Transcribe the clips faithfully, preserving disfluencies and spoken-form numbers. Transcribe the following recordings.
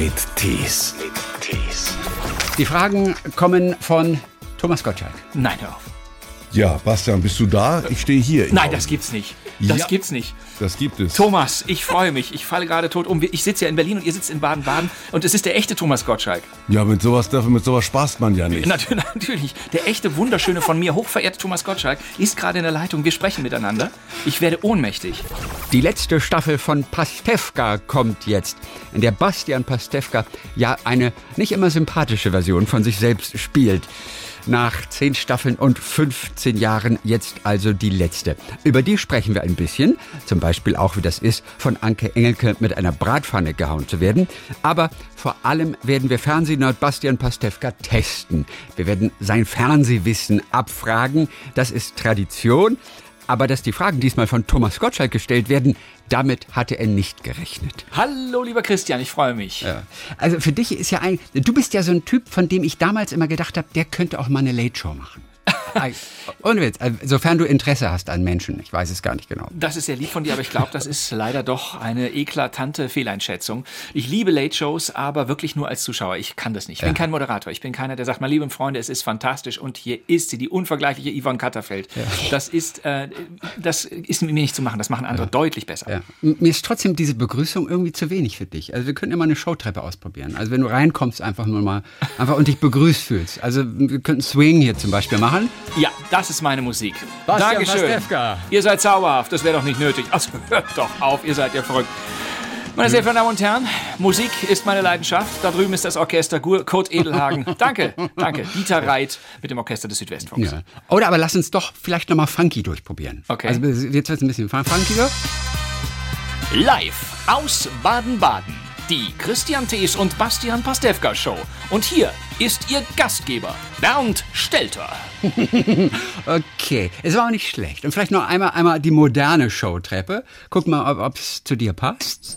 mit Tees. Die Fragen kommen von Thomas Gottschalk. Nein, hör auf. Ja, Bastian, bist du da? Ich stehe hier. Nein, das gibt's nicht. Das Ja. gibt's nicht. Das gibt es. Thomas, ich freue mich. Ich falle gerade tot um. Ich sitze ja in Berlin und ihr sitzt in Baden-Baden. Und es ist der echte Thomas Gottschalk. Ja, mit sowas darf, mit sowas spaßt man ja nicht. Natürlich, natürlich. Der echte, wunderschöne, von mir hochverehrte Thomas Gottschalk ist gerade in der Leitung. Wir sprechen miteinander. Ich werde ohnmächtig. Die letzte Staffel von Pastewka kommt jetzt, in der Bastian Pastewka ja eine nicht immer sympathische Version von sich selbst spielt. Nach zehn Staffeln und fünfzehn Jahren jetzt also die letzte. Über die sprechen wir ein bisschen. Zum Beispiel auch, wie das ist, von Anke Engelke mit einer Bratpfanne gehauen zu werden. Aber vor allem werden wir Fernsehnerd Bastian Pastewka testen. Wir werden sein Fernsehwissen abfragen. Das ist Tradition. Aber dass die Fragen diesmal von Thomas Gottschalk gestellt werden, damit hatte er nicht gerechnet. Hallo, lieber Christian, ich freue mich. Ja. Also für dich ist ja ein, du bist ja so ein Typ, von dem ich damals immer gedacht habe, der könnte auch mal eine Late-Show machen. Ohne Witz, also, sofern du Interesse hast an Menschen, ich weiß es gar nicht genau. Das ist sehr lieb von dir, aber ich glaube, das ist leider doch eine eklatante Fehleinschätzung. Ich liebe Late-Shows, aber wirklich nur als Zuschauer. Ich kann das nicht. Ich bin Ja. kein Moderator. Ich bin keiner, der sagt, meine lieben Freunde, es ist fantastisch und hier ist sie, die unvergleichliche Yvonne Katterfeld. Ja. Das ist, äh, das ist mit mir nicht zu machen. Das machen andere ja. deutlich besser. Ja. Mir ist trotzdem diese Begrüßung irgendwie zu wenig für dich. Also wir können immer eine Showtreppe ausprobieren. Also wenn du reinkommst, einfach nur mal einfach und dich begrüßt fühlst. Also wir könnten Swing hier zum Beispiel machen. Ja, das ist meine Musik. Bastian Dankeschön. Pastewka. Ihr seid zauberhaft, das wäre doch nicht nötig. Also hört doch auf, ihr seid ja verrückt. Meine sehr verehrten Damen und Herren, Musik ist meine Leidenschaft. Da drüben ist das Orchester Gur- Kurt Edelhagen. Danke, danke. Dieter Reit mit dem Orchester des Südwestfunks. Ja. Oder aber lass uns doch vielleicht nochmal funky durchprobieren. Okay. Also jetzt wird es ein bisschen funkiger. Live aus Baden-Baden. Die Christian Thees und Bastian Pastewka Show. Und hier ist Ihr Gastgeber, Bernd Stelter. Okay, es war auch nicht schlecht. Und vielleicht noch einmal, einmal die moderne Showtreppe. Guck mal, ob es zu dir passt.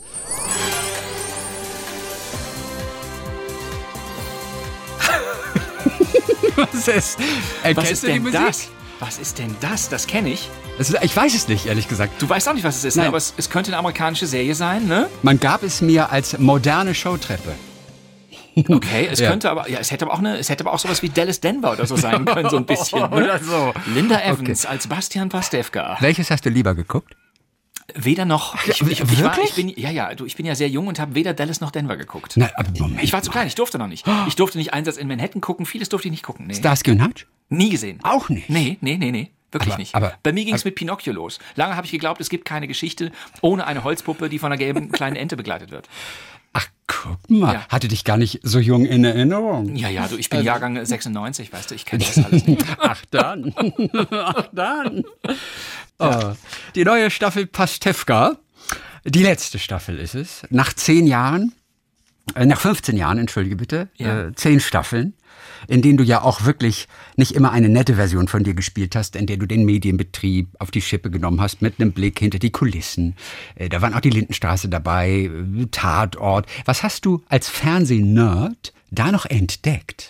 Was ist, äh, Was ist du die denn Musik? das? Was ist denn das? Das kenne ich. Das ist, ich weiß es nicht, ehrlich gesagt. Du weißt auch nicht, was es ist, ne? Aber es, es könnte eine amerikanische Serie sein, ne? Man gab es mir als moderne Showtreppe. Okay, es Ja. könnte aber, ja, es hätte aber auch eine, es hätte aber auch sowas wie Dallas Denver oder so sein können, so ein bisschen. Ne? Oder so. Linda Evans als Bastian Pastewka. Welches hast du lieber geguckt? Weder noch. Ich, ich, ich, war, Wirklich? ich bin, ja, ja, du, ich bin ja sehr jung und habe weder Dallas noch Denver geguckt. Na, aber Moment. Ich war zu klein, ich durfte noch nicht. Ich durfte nicht Einsatz in Manhattan gucken, vieles durfte ich nicht gucken. Nee. Starsky und Hutch? Nie gesehen. Auch nicht? Nee, nee, nee, nee. Wirklich Aber- nicht. aber- Bei mir ging es mit Pinocchio los. Lange habe ich geglaubt, es gibt keine Geschichte ohne eine Holzpuppe, die von einer gelben kleinen Ente begleitet wird. Ach, guck mal. Ja. Hatte dich gar nicht so jung in Erinnerung. Ja, ja, du, ich bin Jahrgang sechsundneunzig, weißt du, ich kenne das alles nicht. Ach dann. Ach dann. Oh. Die neue Staffel Pastewka. Die letzte Staffel ist es. Nach zehn Jahren, äh, nach fünfzehn Jahren, entschuldige bitte, Ja. äh, zehn Staffeln, in denen du ja auch wirklich nicht immer eine nette Version von dir gespielt hast, in der du den Medienbetrieb auf die Schippe genommen hast, mit einem Blick hinter die Kulissen. Äh, da waren auch die Lindenstraße dabei, äh, Tatort. Was hast du als Fernsehnerd da noch entdeckt?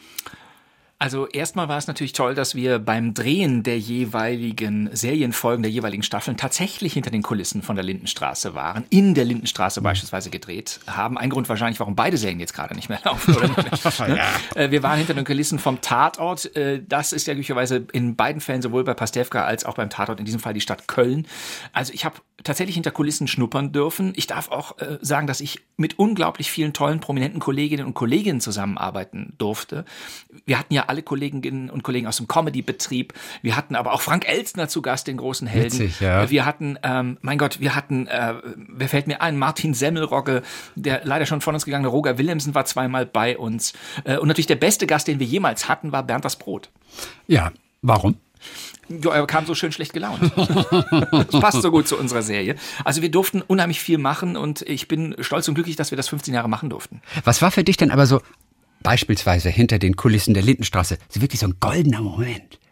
Also erstmal war es natürlich toll, dass wir beim Drehen der jeweiligen Serienfolgen, der jeweiligen Staffeln tatsächlich hinter den Kulissen von der Lindenstraße waren, in der Lindenstraße beispielsweise gedreht haben. Ein Grund wahrscheinlich, warum beide Serien jetzt gerade nicht mehr laufen. Oder? Ja. Wir waren hinter den Kulissen vom Tatort. Das ist ja glücklicherweise in beiden Fällen, sowohl bei Pastewka als auch beim Tatort, in diesem Fall die Stadt Köln. Also ich habe tatsächlich hinter Kulissen schnuppern dürfen. Ich darf auch äh, sagen, dass ich mit unglaublich vielen tollen, prominenten Kolleginnen und Kollegen zusammenarbeiten durfte. Wir hatten ja alle Kolleginnen und Kollegen aus dem Comedy-Betrieb. Wir hatten aber auch Frank Elstner zu Gast, den großen Helden. Witzig, ja. Wir hatten, ähm, mein Gott, wir hatten, äh, wer fällt mir ein, Martin Semmelrogge, der leider schon von uns gegangene Roger Willemsen war zweimal bei uns. Äh, und natürlich der beste Gast, den wir jemals hatten, war Bernd das Brot. Ja, warum? Ja, er kam so schön schlecht gelaunt. Das passt so gut zu unserer Serie. Also wir durften unheimlich viel machen und ich bin stolz und glücklich, dass wir das fünfzehn Jahre machen durften. Was war für dich denn aber so beispielsweise hinter den Kulissen der Lindenstraße so wirklich so ein goldener Moment,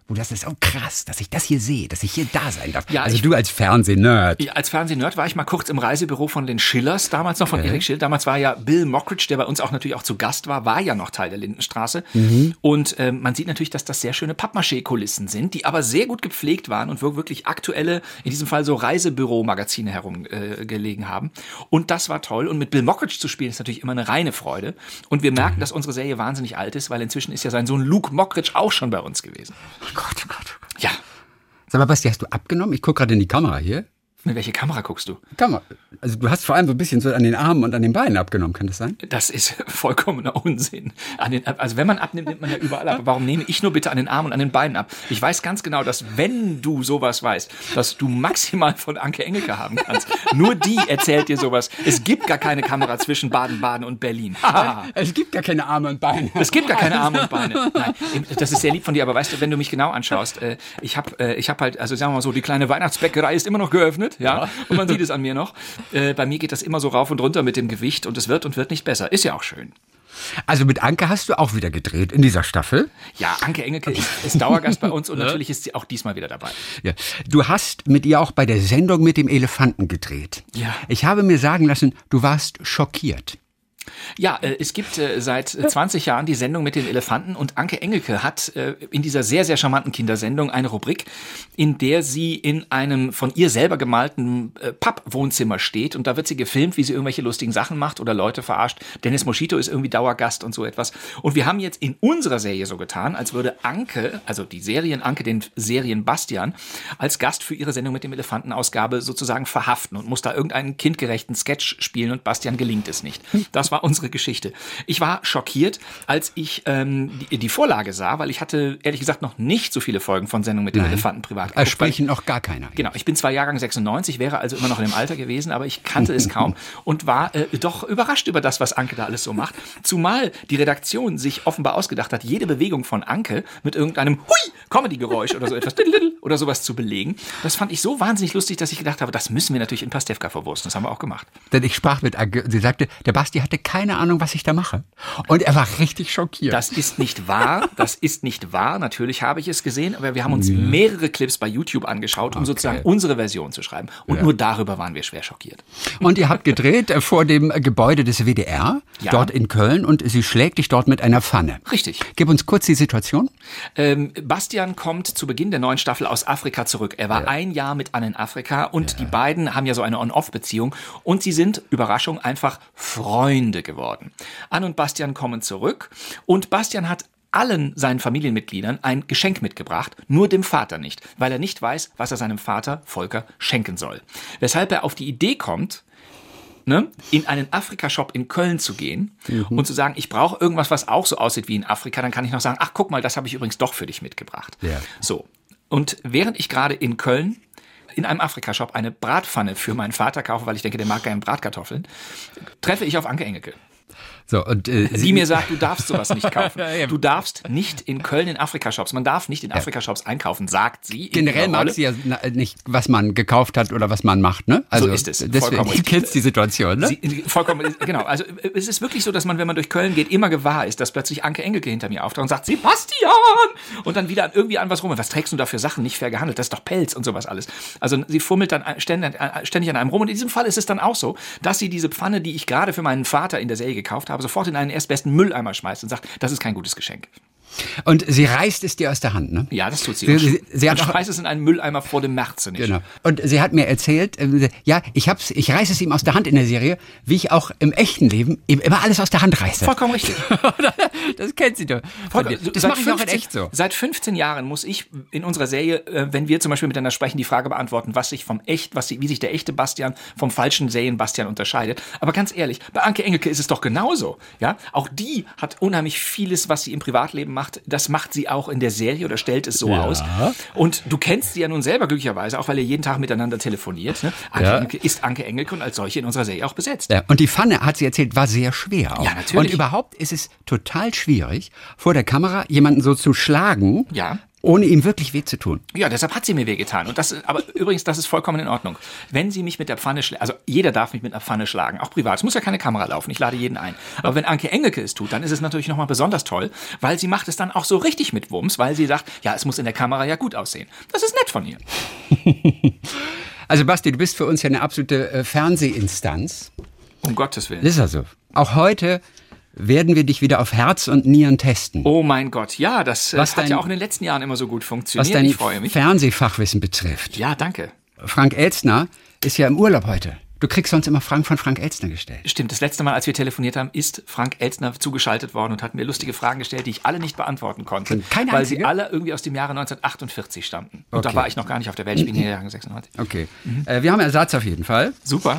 wo das ist so krass, dass ich das hier sehe, dass ich hier da sein darf. Ja, also ich, du als Fernsehnerd. Ja, als Fernsehnerd war ich mal kurz im Reisebüro von den Schillers, damals noch von okay. Erik Schill. Damals war ja Bill Mockridge, der bei uns auch natürlich auch zu Gast war, war ja noch Teil der Lindenstraße. Mhm. Und äh, man sieht natürlich, dass das sehr schöne Pappmaché-Kulissen sind, die aber sehr gut gepflegt waren und wirklich aktuelle, in diesem Fall so Reisebüro-Magazine herumgelegen äh, haben. Und das war toll. Und mit Bill Mockridge zu spielen, ist natürlich immer eine reine Freude. Und wir merken, mhm. dass unsere Serie wahnsinnig alt ist, weil inzwischen ist ja sein Sohn Luke Mockridge auch schon bei uns gewesen. Oh Gott, oh Gott, oh Gott. Ja. Sag mal, Basti, hast du abgenommen? Ich gucke gerade in die Kamera hier. In welche Kamera guckst du? Kamera. Also du hast vor allem so ein bisschen so an den Armen und an den Beinen abgenommen, kann das sein? Das ist vollkommener Unsinn. An den, also wenn man abnimmt, nimmt man ja überall ab. Warum nehme ich nur bitte an den Armen und an den Beinen ab? Ich weiß ganz genau, dass wenn du sowas weißt, dass du maximal von Anke Engelke haben kannst. Nur die erzählt dir sowas. Es gibt gar keine Kamera zwischen Baden-Baden und Berlin. Es gibt gar keine Arme und Beine. Es gibt gar keine Arme und Beine. Nein, das ist sehr lieb von dir, aber weißt du, wenn du mich genau anschaust, ich habe ich hab halt, also sagen wir mal so, die kleine Weihnachtsbäckerei ist immer noch geöffnet, ja, ja. Und man sieht es an mir noch. Äh, bei mir geht das immer so rauf und runter mit dem Gewicht und es wird und wird nicht besser. Ist ja auch schön. Also mit Anke hast du auch wieder gedreht in dieser Staffel? Ja, Anke Engelke ist, ist Dauergast bei uns und natürlich ist sie auch diesmal wieder dabei. Ja. Du hast mit ihr auch bei der Sendung mit dem Elefanten gedreht. Ja. Ich habe mir sagen lassen, du warst schockiert. Ja, äh, es gibt äh, seit zwanzig Jahren die Sendung mit den Elefanten und Anke Engelke hat äh, in dieser sehr, sehr charmanten Kindersendung eine Rubrik, in der sie in einem von ihr selber gemalten äh, Pappwohnzimmer steht und da wird sie gefilmt, wie sie irgendwelche lustigen Sachen macht oder Leute verarscht. Dennis Moschito ist irgendwie Dauergast und so etwas. Und wir haben jetzt in unserer Serie so getan, als würde Anke, also die Serien Anke, den Serien Bastian, als Gast für ihre Sendung mit dem Elefantenausgabe sozusagen verhaften und muss da irgendeinen kindgerechten Sketch spielen und Bastian gelingt es nicht. Das war unsere Geschichte. Ich war schockiert, als ich ähm, die, die Vorlage sah, weil ich hatte, ehrlich gesagt, noch nicht so viele Folgen von Sendung mit dem Nein. Elefanten privat geguckt. Also sprechen noch gar keiner. Genau, ich bin zwar Jahrgang sechsundneunzig, wäre also immer noch in dem Alter gewesen, aber ich kannte es kaum und war äh, doch überrascht über das, was Anke da alles so macht. Zumal die Redaktion sich offenbar ausgedacht hat, jede Bewegung von Anke mit irgendeinem Hui! Comedy-Geräusch oder so etwas oder sowas zu belegen. Das fand ich so wahnsinnig lustig, dass ich gedacht habe, das müssen wir natürlich in Pastewka verwursten. Das haben wir auch gemacht. Denn ich sprach mit Anke und sie sagte, der Basti hatte keine Ahnung, was ich da mache. Und er war richtig schockiert. Das ist nicht wahr. Das ist nicht wahr. Natürlich habe ich es gesehen, aber wir haben uns ja. mehrere Clips bei YouTube angeschaut, um okay. sozusagen unsere Version zu schreiben. Und ja. nur darüber waren wir schwer schockiert. Und ihr habt gedreht vor dem Gebäude des W D R, ja. dort in Köln, und sie schlägt dich dort mit einer Pfanne. Richtig. Gib uns kurz die Situation. Ähm, Bastian kommt zu Beginn der neuen Staffel aus Afrika zurück. Er war ja. ein Jahr mit Anne in Afrika und ja. die beiden haben ja so eine On-Off-Beziehung und sie sind, Überraschung, einfach Freunde geworden. Anne und Bastian kommen zurück und Bastian hat allen seinen Familienmitgliedern ein Geschenk mitgebracht, nur dem Vater nicht, weil er nicht weiß, was er seinem Vater Volker schenken soll. Weshalb er auf die Idee kommt, ne, in einen Afrika-Shop in Köln zu gehen mhm. und zu sagen, ich brauche irgendwas, was auch so aussieht wie in Afrika, dann kann ich noch sagen, ach guck mal, das habe ich übrigens doch für dich mitgebracht. Ja. So. Und während ich gerade in Köln in einem Afrika-Shop eine Bratpfanne für meinen Vater kaufe, weil ich denke, der mag gerne Bratkartoffeln, treffe ich auf Anke Engelke. So, und, äh, die mir sagt, du darfst sowas nicht kaufen. Du darfst nicht in Köln in Afrika-Shops, man darf nicht in Afrika-Shops einkaufen, sagt sie. Generell mag sie ja nicht, was man gekauft hat oder was man macht, ne? Also, so ist es. Deswegen, du kennst die Situation, ne? Sie, vollkommen, genau. Also es ist wirklich so, dass man, wenn man durch Köln geht, immer gewahr ist, dass plötzlich Anke Engelke hinter mir auftaucht und sagt, Sebastian! Und dann wieder irgendwie an was rum. Was trägst du da für Sachen? Nicht fair gehandelt, das ist doch Pelz und sowas alles. Also sie fummelt dann ständig, ständig an einem rum und in diesem Fall ist es dann auch so, dass sie diese Pfanne, die ich gerade für meinen Vater in der Serie gekauft habe, sofort in einen erstbesten Mülleimer schmeißt und sagt, das ist kein gutes Geschenk. Und sie reißt es dir aus der Hand, ne? Ja, das tut sie. Sie, sie, sie und schmeißt es in einen Mülleimer vor dem März nicht. Genau. Und sie hat mir erzählt, äh, ja, ich hab's, ich reiße es ihm aus der Hand in der Serie, wie ich auch im echten Leben ihm immer alles aus der Hand reiße. Vollkommen richtig. Das kennt sie doch. Vollkommen. Das mache ich auch in echt so. Seit fünfzehn Jahren muss ich in unserer Serie, äh, wenn wir zum Beispiel miteinander sprechen, die Frage beantworten, was sich vom echt, was wie sich der echte Bastian vom falschen Serien-Bastian unterscheidet. Aber ganz ehrlich, bei Anke Engelke ist es doch genauso. Ja, auch die hat unheimlich vieles, was sie im Privatleben macht. Das macht sie auch in der Serie oder stellt es so ja. aus. Und du kennst sie ja nun selber glücklicherweise, auch weil ihr jeden Tag miteinander telefoniert. Ne? Anke ja. Engelke ist Anke Engelke und als solche in unserer Serie auch besetzt. Ja. Und die Pfanne, hat sie erzählt, war sehr schwer. Auch. Ja, natürlich. Und überhaupt ist es total schwierig, vor der Kamera jemanden so zu schlagen. Ja. ohne ihm wirklich weh zu tun. Ja, deshalb hat sie mir wehgetan. Und das, aber übrigens, das ist vollkommen in Ordnung. Wenn sie mich mit der Pfanne schlägt, also jeder darf mich mit einer Pfanne schlagen, auch privat. Es muss ja keine Kamera laufen, ich lade jeden ein. Aber wenn Anke Engelke es tut, dann ist es natürlich nochmal besonders toll, weil sie macht es dann auch so richtig mit Wumms, weil sie sagt, ja, es muss in der Kamera ja gut aussehen. Das ist nett von ihr. Also Basti, du bist für uns ja eine absolute äh, Fernsehinstanz. Um Gottes Willen. Ist also. Auch heute werden wir dich wieder auf Herz und Nieren testen. Oh mein Gott, ja, das äh, Was hat dein- ja auch in den letzten Jahren immer so gut Was funktioniert. dein Ich freue mich. Fernsehfachwissen betrifft. Ja, danke. Frank Elstner ist ja im Urlaub heute. Du kriegst sonst immer Fragen von Frank Elstner gestellt. Stimmt, das letzte Mal, als wir telefoniert haben, ist Frank Elstner zugeschaltet worden und hat mir lustige Fragen gestellt, die ich alle nicht beantworten konnte, Keine weil einzige? sie alle irgendwie aus dem Jahre neunzehnhundertachtundvierzig stammten. Und Okay. da war ich noch gar nicht auf der Welt, ich bin hier Jahrgang sechsundneunzig. Okay. Äh, wir haben Ersatz auf jeden Fall. Super.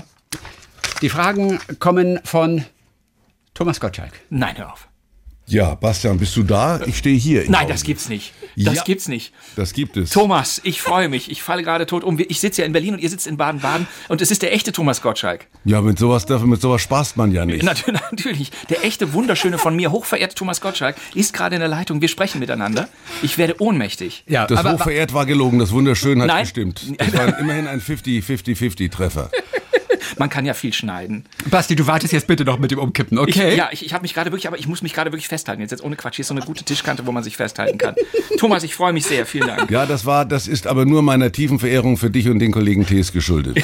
Die Fragen kommen von Thomas Gottschalk. Nein, hör auf. Ja, Bastian, bist du da? Ich stehe hier. Ich Nein, glaube. das gibt's nicht. Das Ja. gibt's nicht. Das gibt es. Thomas, ich freue mich. Ich falle gerade tot um. Ich sitze ja in Berlin und ihr sitzt in Baden-Baden und es ist der echte Thomas Gottschalk. Ja, mit sowas darf, mit sowas spaßt man ja nicht. Natürlich, natürlich. Der echte, wunderschöne, von mir hochverehrte Thomas Gottschalk ist gerade in der Leitung. Wir sprechen miteinander. Ich werde ohnmächtig. Ja, Das hochverehrt war gelogen, das wunderschön hat Nein. gestimmt. Das war immerhin ein fünfzig fünfzig Treffer. Man kann ja viel schneiden. Basti, du wartest jetzt bitte noch mit dem Umkippen, okay? Ich, ja, ich, ich habe mich gerade wirklich, aber ich muss mich gerade wirklich festhalten. Jetzt, jetzt ohne Quatsch. Hier ist so eine gute Tischkante, wo man sich festhalten kann. Thomas, ich freue mich sehr. Vielen Dank. Ja, das war, das ist aber nur meiner tiefen Verehrung für dich und den Kollegen Thees geschuldet.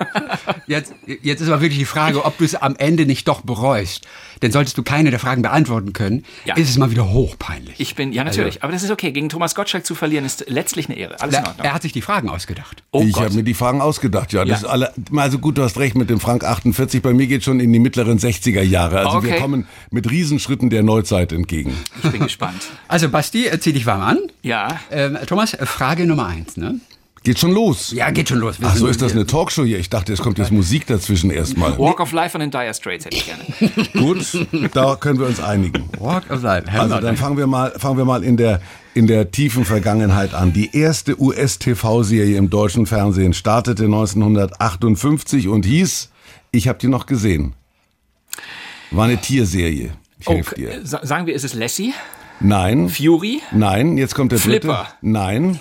Jetzt, jetzt ist aber wirklich die Frage, ob du es am Ende nicht doch bereust. Denn solltest du keine der Fragen beantworten können, Ja. ist es mal wieder hochpeinlich. Ich bin, ja natürlich, aber das ist okay. Gegen Thomas Gottschalk zu verlieren ist letztlich eine Ehre. Alles in er, Ordnung. er hat sich die Fragen ausgedacht. Oh ich Gott. habe mir die Fragen ausgedacht, ja. Das Ja. ist alle, also gut, du hast recht mit dem Frank achtundvierzig. Bei mir geht schon in die mittleren sechziger Jahre. Also wir Okay. kommen mit Riesenschritten der Neuzeit entgegen. Ich bin gespannt. Also Basti, äh, zieh dich warm an. Ja. Ähm, Thomas, äh, Frage Nummer eins, ne? Geht schon los. Ja, geht schon los. Wir Ach so, sind- ist das eine Talkshow hier? Ich dachte, es kommt jetzt Musik dazwischen erstmal. Walk of Life von den Dire Straits hätte ich gerne. Gut, da können wir uns einigen. Walk of Life. Also dann fangen wir mal, fangen wir mal in der, in der tiefen Vergangenheit an. Die erste U S-T V-Serie im deutschen Fernsehen startete neunzehnhundertachtundfünfzig und hieß, ich habe die noch gesehen. War eine Tierserie. Ich helfe Okay. dir. Sa- Sagen wir, ist es Lassie? Nein, Fury? nein, jetzt kommt der dritte. Flipper. Nein,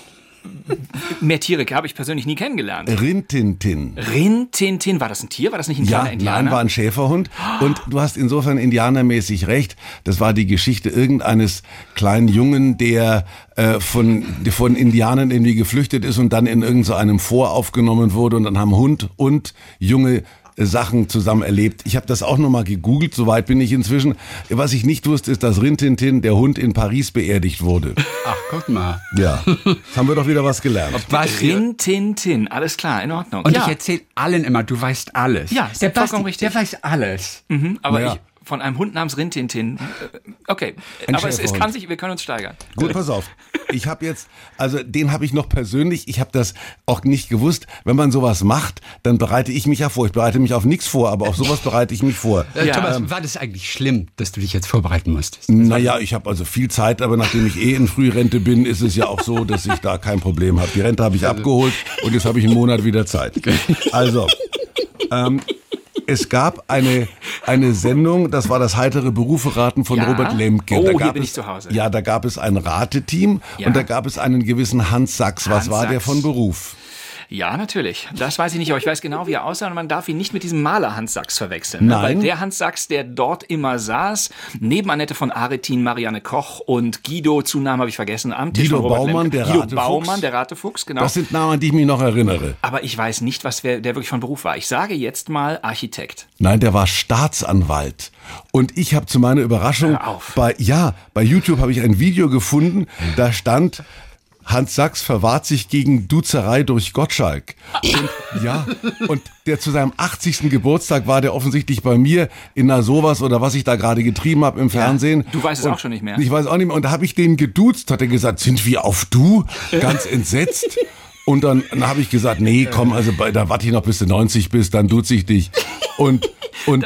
Mehr Tiere habe ich persönlich nie kennengelernt. Rintintin. Rintintin, war das ein Tier? War das nicht ein Ja, kleiner Indianer? nein, war ein Schäferhund. Und du hast insofern indianermäßig recht. Das war die Geschichte irgendeines kleinen Jungen, der äh, von, von Indianern irgendwie geflüchtet ist und dann in irgend so einem Fort aufgenommen wurde. Und dann haben Hund und Junge Sachen zusammen erlebt. Ich habe das auch nochmal gegoogelt, soweit bin ich inzwischen. Was ich nicht wusste, ist, dass Rintintin, der Hund, in Paris beerdigt wurde. Ach, guck mal. Ja, jetzt haben wir doch wieder was gelernt. Basti, Rintintin, alles klar, in Ordnung. und ja, ich erzähle allen immer, du weißt alles. Ja, ist der vollkommen Basti, richtig. der weiß alles. mhm, aber Naja. ich, von einem Hund namens Rintintin. äh, Okay, Ein aber es, es Schäferhund. kann sich, wir können uns steigern. Gut, pass auf. Ich habe jetzt, also den habe ich noch persönlich, ich habe das auch nicht gewusst. Wenn man sowas macht, dann bereite ich mich ja vor. Ich bereite mich auf nichts vor, aber auf sowas bereite ich mich vor. Äh, Ja. Thomas, war das eigentlich schlimm, dass du dich jetzt vorbereiten musstest? Naja, ich habe also viel Zeit, aber nachdem ich eh in Frührente bin, ist es ja auch so, dass ich da kein Problem habe. Die Rente habe ich abgeholt und jetzt habe ich einen Monat wieder Zeit. Also, ähm, es gab eine, eine Sendung, das war das heitere Beruferaten von Ja. Robert Lemke. Oh, da hier gab bin es, ich zu Hause. Ja, da gab es ein Rateteam Ja. und da gab es einen gewissen Hans Sachs. Was Hans war der Sachs. von Beruf? Ja, natürlich. Das weiß ich nicht, aber ich weiß genau, wie er aussah und man darf ihn nicht mit diesem Maler Hans Sachs verwechseln. Ne? Nein. Weil der Hans Sachs, der dort immer saß, neben Annette von Aretin, Marianne Koch und Guido, Zunamen habe ich vergessen, am Tisch Guido von Robert Baumann, Lemke. der Guido Ratefuchs. Baumann, der Ratefuchs, genau. Das sind Namen, an die ich mich noch erinnere. Aber ich weiß nicht, was wer, der wirklich von Beruf war. Ich sage jetzt mal Architekt. Nein, der war Staatsanwalt. Und ich habe zu meiner Überraschung Hör auf. bei ja, bei YouTube habe ich ein Video gefunden, da stand Hans Sachs verwahrt sich gegen Duzerei durch Gottschalk. Und, ja, und der zu seinem achtzigsten Geburtstag war der offensichtlich bei mir in einer sowas oder was ich da gerade getrieben habe im Fernsehen. du weißt es Und auch schon nicht mehr. Ich weiß auch nicht mehr. Und da habe ich den geduzt, hat er gesagt, sind wir auf du? Ganz entsetzt. Und dann, dann habe ich gesagt, nee, komm, also bei, da warte ich noch bis du neunzig bist, dann duze ich dich. Und, und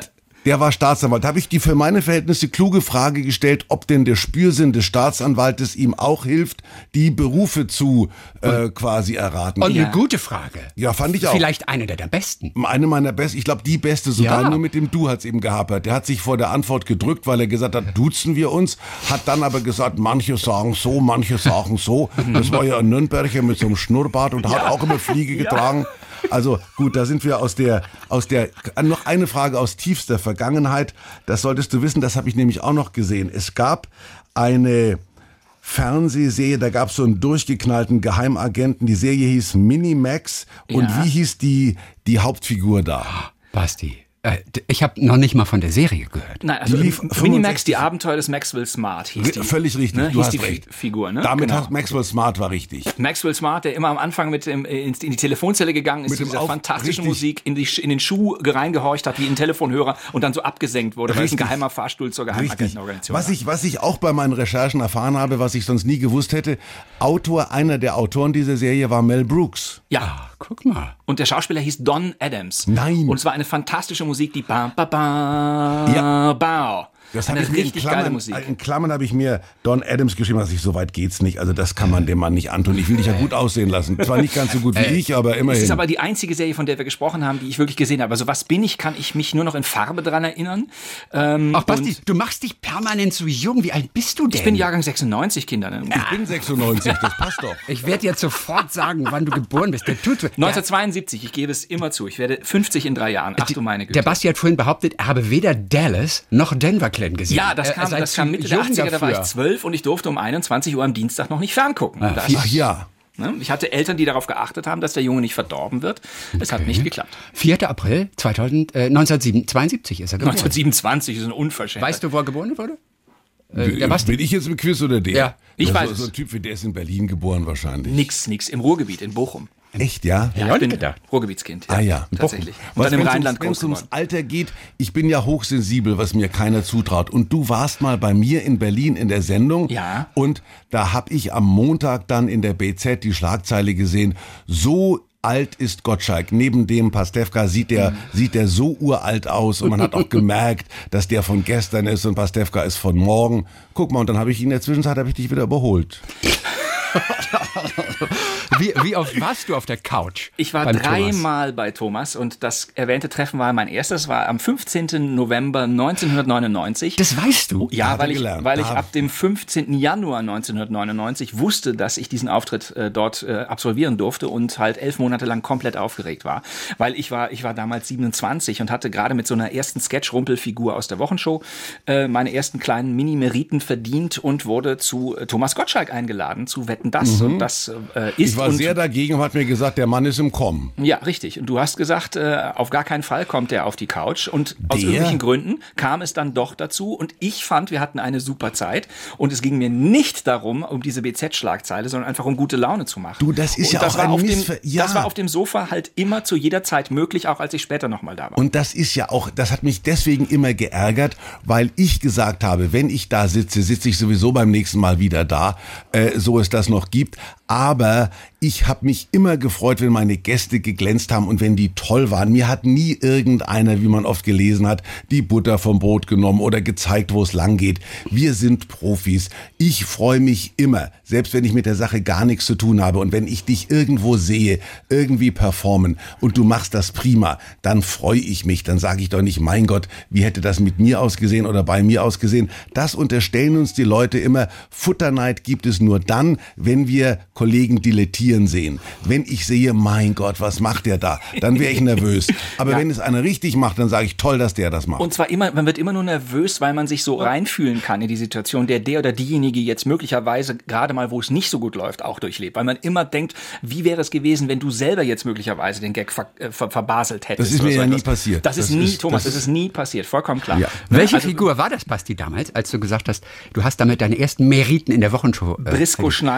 Der war Staatsanwalt. Da habe ich die für meine Verhältnisse kluge Frage gestellt, ob denn der Spürsinn des Staatsanwaltes ihm auch hilft, die Berufe zu äh, quasi erraten. Und Ja. eine gute Frage. Ja, fand ich auch. Vielleicht eine der, der besten. Eine meiner besten, ich glaube die beste sogar, Ja. nur mit dem Du hat's eben gehapert. Der hat sich vor der Antwort gedrückt, weil er gesagt hat, duzen wir uns, hat dann aber gesagt, manche sagen so, manche sagen so. Das war ja ein Nürnberger mit so einem Schnurrbart und hat auch immer Fliege getragen. Also gut, da sind wir aus der, aus der, noch eine Frage aus tiefster Vergangenheit. Das solltest du wissen, das habe ich nämlich auch noch gesehen. Es gab eine Fernsehserie, da gab es so einen durchgeknallten Geheimagenten. Die Serie hieß Minimax. Und Ja. wie hieß die, die Hauptfigur da? Basti, äh, ich habe noch nicht mal von der Serie gehört. Nein, also Die lief Minimax, fünfundsechzig. die Abenteuer des Maxwell Smart hieß die. Völlig richtig, Ne? du hieß hast die recht. Fi- Figur, ne? Damit Genau. hat Maxwell Smart war richtig. Maxwell Smart, der immer am Anfang mit dem, äh, in in die Telefonzelle gegangen ist, Mit zu dem dieser Auf- fantastischen richtig. Musik in, die, Sch- in den Schuh reingehorcht hat, wie ein Telefonhörer und dann so abgesenkt wurde, weil es ein Richtig. geheimer Fahrstuhl zur Richtig. Geheimagentenorganisation Was war. ich, was ich auch bei meinen Recherchen erfahren habe, was ich sonst nie gewusst hätte, Autor, einer der Autoren dieser Serie war Mel Brooks. Ja, Ah, guck mal. und der Schauspieler hieß Don Adams. Nein. Und es war eine fantastische Musik, die ba ba ba Ja. ba. Das eine habe ich mir in richtig geile Klammern, Musik. in Klammern habe ich mir Don Adams geschrieben, dass ich so weit geht's nicht. Also das kann man dem Mann nicht antun. Ich will dich ja gut aussehen lassen. Zwar nicht ganz so gut wie ich, aber Es immerhin. ist aber die einzige Serie, von der wir gesprochen haben, die ich wirklich gesehen habe. Also was bin ich, kann ich mich nur noch in Farbe dran erinnern. Ähm, Ach, Basti, und du machst dich permanent so jung. Wie alt bist du denn? ich bin Jahrgang sechsundneunzig, Kinder. Ne? ich bin sechsundneunzig, das passt doch. Ich werde jetzt sofort sagen, wann du geboren bist. Der tut so. neunzehnhundertzweiundsiebzig, ich gebe es immer zu. Ich werde fünfzig in drei Jahren. Ach du meine Güte. Der Basti hat vorhin behauptet, er habe weder Dallas noch Denver Clan gesehen. ja, das Er- kam, er sei das zu kam Mitte der jung achtziger, da war ich dafür. zwölf und ich durfte um einundzwanzig Uhr am Dienstag noch nicht ferngucken. Das, Ach ja. ne? Ich hatte Eltern, die darauf geachtet haben, dass der Junge nicht verdorben wird. Es hat nicht geklappt. vierter April zweitausend, äh, neunzehnhundertzweiundsiebzig ist er geboren. neunzehnhundertsiebenundzwanzig ist ein Unverschämtheit. Weißt du, wo er geboren wurde? Äh, der Basti. Bin ich jetzt im Quiz oder der? Ja, ich Ja, weiß so, es. so ein Typ wie der ist in Berlin geboren wahrscheinlich. Nix, nix. Im Ruhrgebiet, in Bochum. Echt, ja? Ja, Ja, ich bin gedacht. Ruhrgebietskind. Ah ja, Tatsächlich. Bochum. Und dann im wenn's Rheinland ums, wenn's groß ums geworden. Alter geht, ich bin ja hochsensibel, was mir keiner zutraut. Und du warst mal bei mir in Berlin in der Sendung. Ja. Und da habe ich am Montag dann in der B Z die Schlagzeile gesehen, so alt ist Gottschalk. Neben dem Pastewka sieht der, sieht der so uralt aus. Und man hat auch gemerkt, dass der von gestern ist und Pastewka ist von morgen. Guck mal, und dann habe ich in der Zwischenzeit habe ich dich wieder überholt. Wie, wie oft warst du auf der Couch? Ich war beim Thomas? dreimal bei Thomas und das erwähnte Treffen war mein erstes, war am fünfzehnten November neunzehnhundertneunundneunzig. Das weißt du? Ja, hat er weil ich, gelernt. weil ich Da- ab dem fünfzehnten Januar neunzehnhundertneunundneunzig wusste, dass ich diesen Auftritt äh, dort äh, absolvieren durfte und halt elf Monate lang komplett aufgeregt war. Weil ich war, ich war damals siebenundzwanzig und hatte gerade mit so einer ersten Sketch-Rumpelfigur aus der Wochenshow äh, meine ersten kleinen Mini-Meriten verdient und wurde zu äh, Thomas Gottschalk eingeladen, zu Wetten, dass. Und das äh, ist Ich war und sehr dagegen und hat mir gesagt, der Mann ist im Kommen. ja, richtig. Und du hast gesagt, äh, auf gar keinen Fall kommt er auf die Couch. Und aus Der? irgendwelchen Gründen kam es dann doch dazu. Und ich fand, wir hatten eine super Zeit. Und es ging mir nicht darum, um diese B Z-Schlagzeile, sondern einfach um gute Laune zu machen. Du, das ist und ja das auch war ein auf dem, Missver- ja. Das war auf dem Sofa halt immer zu jeder Zeit möglich, auch als ich später nochmal da war. Und das ist ja auch, das hat mich deswegen immer geärgert, weil ich gesagt habe, wenn ich da sitze, sitze ich sowieso beim nächsten Mal wieder da, äh, so es das noch gibt. Aber ich habe mich immer gefreut, wenn meine Gäste geglänzt haben und wenn die toll waren. Mir hat nie irgendeiner, wie man oft gelesen hat, die Butter vom Brot genommen oder gezeigt, wo es lang geht. Wir sind Profis. Ich freue mich immer, selbst wenn ich mit der Sache gar nichts zu tun habe. Und wenn ich dich irgendwo sehe, irgendwie performen und du machst das prima, dann freue ich mich. Dann sage ich doch nicht, mein Gott, wie hätte das mit mir ausgesehen oder bei mir ausgesehen. Das unterstellen uns die Leute immer. Futterneid gibt es nur dann, wenn wir Kollegen dilettieren sehen. Wenn ich sehe, mein Gott, was macht der da? Dann wäre ich nervös. Aber Ja. wenn es einer richtig macht, dann sage ich, toll, dass der das macht. Und zwar immer, man wird immer nur nervös, weil man sich so reinfühlen kann in die Situation, der der oder diejenige jetzt möglicherweise gerade mal, wo es nicht so gut läuft, auch durchlebt. Weil man immer denkt, wie wäre es gewesen, wenn du selber jetzt möglicherweise den Gag ver, äh, ver, verbaselt hättest. Das ist mir oder so ja nie etwas. passiert. Das ist Das nie, ist- Thomas, das das ist- ist nie passiert, vollkommen klar. Ja. Ne? Welche Also, Figur war das, Basti, damals, als du gesagt hast, du hast damit deine ersten Meriten in der Wochenshow? Äh, Brisco verdient? Schneider.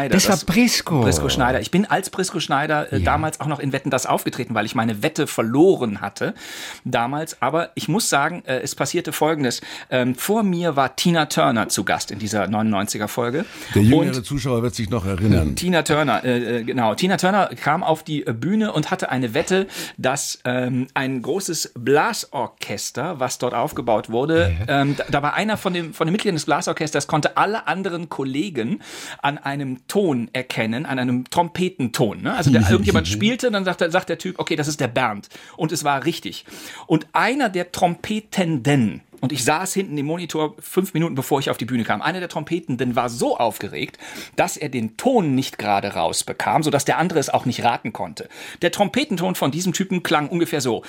Schneider. Das war Briscoe. Briscoe Schneider. Ich bin als Briscoe Schneider äh, ja. damals auch noch in Wetten, das aufgetreten, weil ich meine Wette verloren hatte damals. Aber ich muss sagen, äh, es passierte Folgendes. Ähm, vor mir war Tina Turner zu Gast in dieser neunundneunziger Folge. Der jüngere und Zuschauer wird sich noch erinnern. Tina Turner, äh, genau. Tina Turner kam auf die Bühne und hatte eine Wette, dass ähm, ein großes Blasorchester, was dort aufgebaut wurde, ja. ähm, da, da war einer von dem von den Mitgliedern des Blasorchesters, konnte alle anderen Kollegen an einem Ton erkennen, an einem Trompetenton. Ne? Also der, irgendjemand spielte, dann sagt der, sagt der Typ, okay, das ist der Bernd. Und es war richtig. Und einer der Trompetenden, und ich saß hinten im Monitor fünf Minuten, bevor ich auf die Bühne kam. Einer der Trompetenden war so aufgeregt, dass er den Ton nicht gerade rausbekam, sodass der andere es auch nicht raten konnte. Der Trompetenton von diesem Typen klang ungefähr so.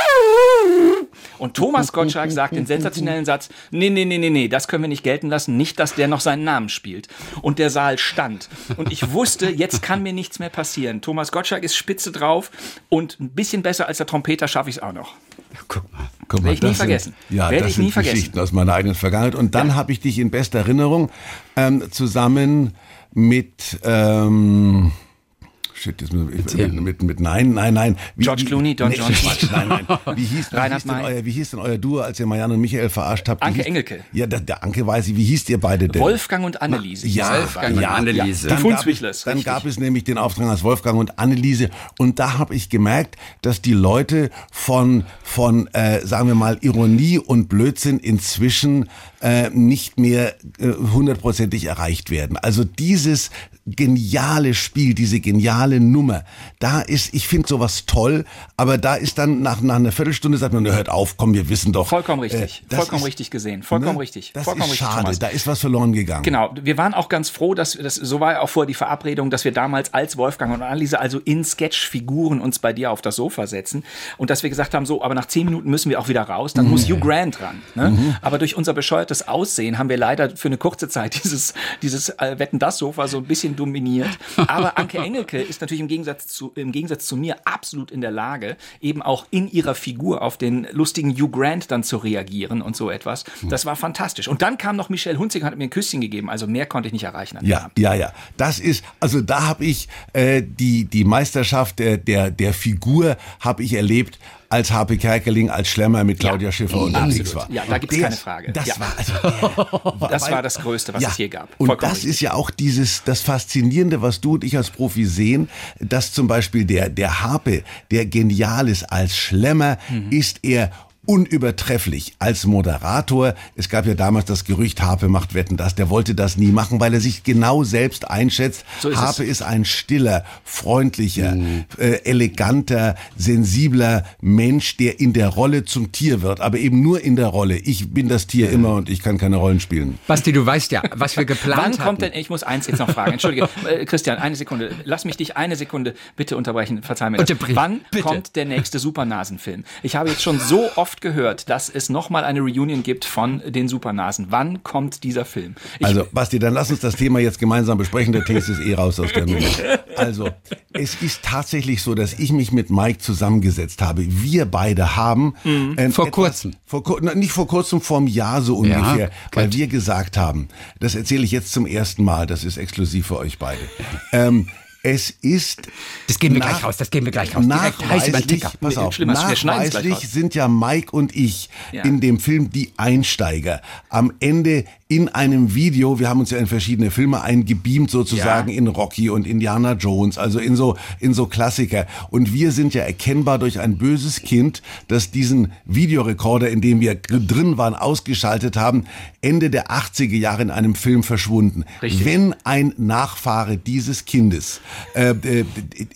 Und Thomas Gottschalk sagt den sensationellen Satz, nee, nee, nee, nee, nee, das können wir nicht gelten lassen, nicht, dass der noch seinen Namen spielt. Und der Saal stand. Und ich wusste, jetzt kann mir nichts mehr passieren. Thomas Gottschalk ist spitze drauf und ein bisschen besser als der Trompeter schaffe ich es auch noch. Guck mal. Guck mal, Werde ich nie vergessen. Sind, ja, Werde das ich nie sind vergessen. Geschichten aus meiner eigenen Vergangenheit. Und dann ja. habe ich dich in bester Erinnerung ähm, zusammen mit... Ähm, Shit, jetzt müssen wir, mit, mit, mit, nein, nein, nein. Wie, George Clooney, Don nee, Johnson. Nein, nein. Wie hieß, wie, hieß denn euer, wie hieß denn euer Duo, als ihr Marianne und Michael verarscht habt? Anke hieß, Engelke. Ja, der, der Anke weiß ich. Wie hieß ihr beide denn? Wolfgang und Anneliese. Ja, Wolfgang ja, und Anneliese. Ja. Die Funzwichlers. Dann gab es nämlich den Auftrag als Wolfgang und Anneliese. Und da habe ich gemerkt, dass die Leute von, von äh, sagen wir mal, Ironie und Blödsinn inzwischen äh, nicht mehr äh, hundertprozentig erreicht werden. Also dieses geniale Spiel, diese geniale Nummer, da ist, ich finde sowas toll, aber da ist dann nach, nach einer Viertelstunde sagt man, hört auf, komm, wir wissen doch. Vollkommen richtig, äh, vollkommen ist, richtig gesehen, vollkommen ne? richtig. Das vollkommen ist richtig, schade, Thomas. Da ist was verloren gegangen. Genau, wir waren auch ganz froh, dass das, so war ja auch vorher die Verabredung, dass wir damals als Wolfgang und Anneliese also in Sketchfiguren uns bei dir auf das Sofa setzen und dass wir gesagt haben, so, aber nach zehn Minuten müssen wir auch wieder raus, dann mhm. muss Hugh Grant ran. Ne? Mhm. Aber durch unser bescheuertes Aussehen haben wir leider für eine kurze Zeit dieses, dieses äh, Wetten-das-Sofa so ein bisschen dominiert. Aber Anke Engelke ist natürlich im Gegensatz zu, im Gegensatz zu mir absolut in der Lage, eben auch in ihrer Figur auf den lustigen Hugh Grant dann zu reagieren und so etwas. Das war fantastisch. Und dann kam noch Michelle Hunziker und hat mir ein Küsschen gegeben. Also mehr konnte ich nicht erreichen. Ja, ja, ja. Das ist, also da habe ich äh, die die Meisterschaft der der der Figur habe ich erlebt, als H P Kerkeling als Schlemmer mit Claudia ja, Schiffer unterwegs war. Ja, da gibt es keine Frage. Das ja. war also der, das weil, war das Größte, was ja, es je gab. Und Vollkommen das richtig. ist ja auch dieses das Faszinierende, was du und ich als Profi sehen, dass zum Beispiel der der Harpe, der genial ist als Schlemmer, mhm. ist er unübertrefflich als Moderator. Es gab ja damals das Gerücht, Harpe macht Wetten, das. Der wollte das nie machen, weil er sich genau selbst einschätzt. So ist Harpe es. ist ein stiller, freundlicher, mhm. äh, eleganter, sensibler Mensch, der in der Rolle zum Tier wird, aber eben nur in der Rolle. Ich bin das Tier mhm. immer und ich kann keine Rollen spielen. Basti, du weißt ja, was wir geplant haben. Wann kommt denn, ich muss eins jetzt noch fragen, entschuldige, äh, Christian, eine Sekunde, lass mich dich eine Sekunde bitte unterbrechen, verzeih mir das. Bitte, Wann bitte. kommt der nächste Supernasenfilm? Ich habe jetzt schon so oft gehört, dass es nochmal eine Reunion gibt von den Supernasen. Wann kommt dieser Film? Ich also, Basti, dann lass uns das Thema jetzt gemeinsam besprechen. Der Test ist eh raus aus der Nummer. Also, es ist tatsächlich so, dass ich mich mit Mike zusammengesetzt habe. Wir beide haben... Mhm. Ähm, vor etwas, kurzem. Vor, nicht vor kurzem, vor einem Jahr so ungefähr. Ja, weil wir gesagt haben, das erzähle ich jetzt zum ersten Mal, das ist exklusiv für euch beide. ähm, Es ist... Das geben wir nach, gleich raus, das geben wir gleich raus. Nachweislich, pass auf, nachweislich sind ja Mike und ich ja. in dem Film Die Einsteiger am Ende in einem Video, wir haben uns ja in verschiedene Filme eingebeamt sozusagen, ja. in Rocky und Indiana Jones, also in so in so Klassiker. Und wir sind ja erkennbar durch ein böses Kind, das diesen Videorekorder, in dem wir drin waren, ausgeschaltet haben, Ende der achtziger Jahre in einem Film verschwunden. Richtig. Wenn ein Nachfahre dieses Kindes äh, äh,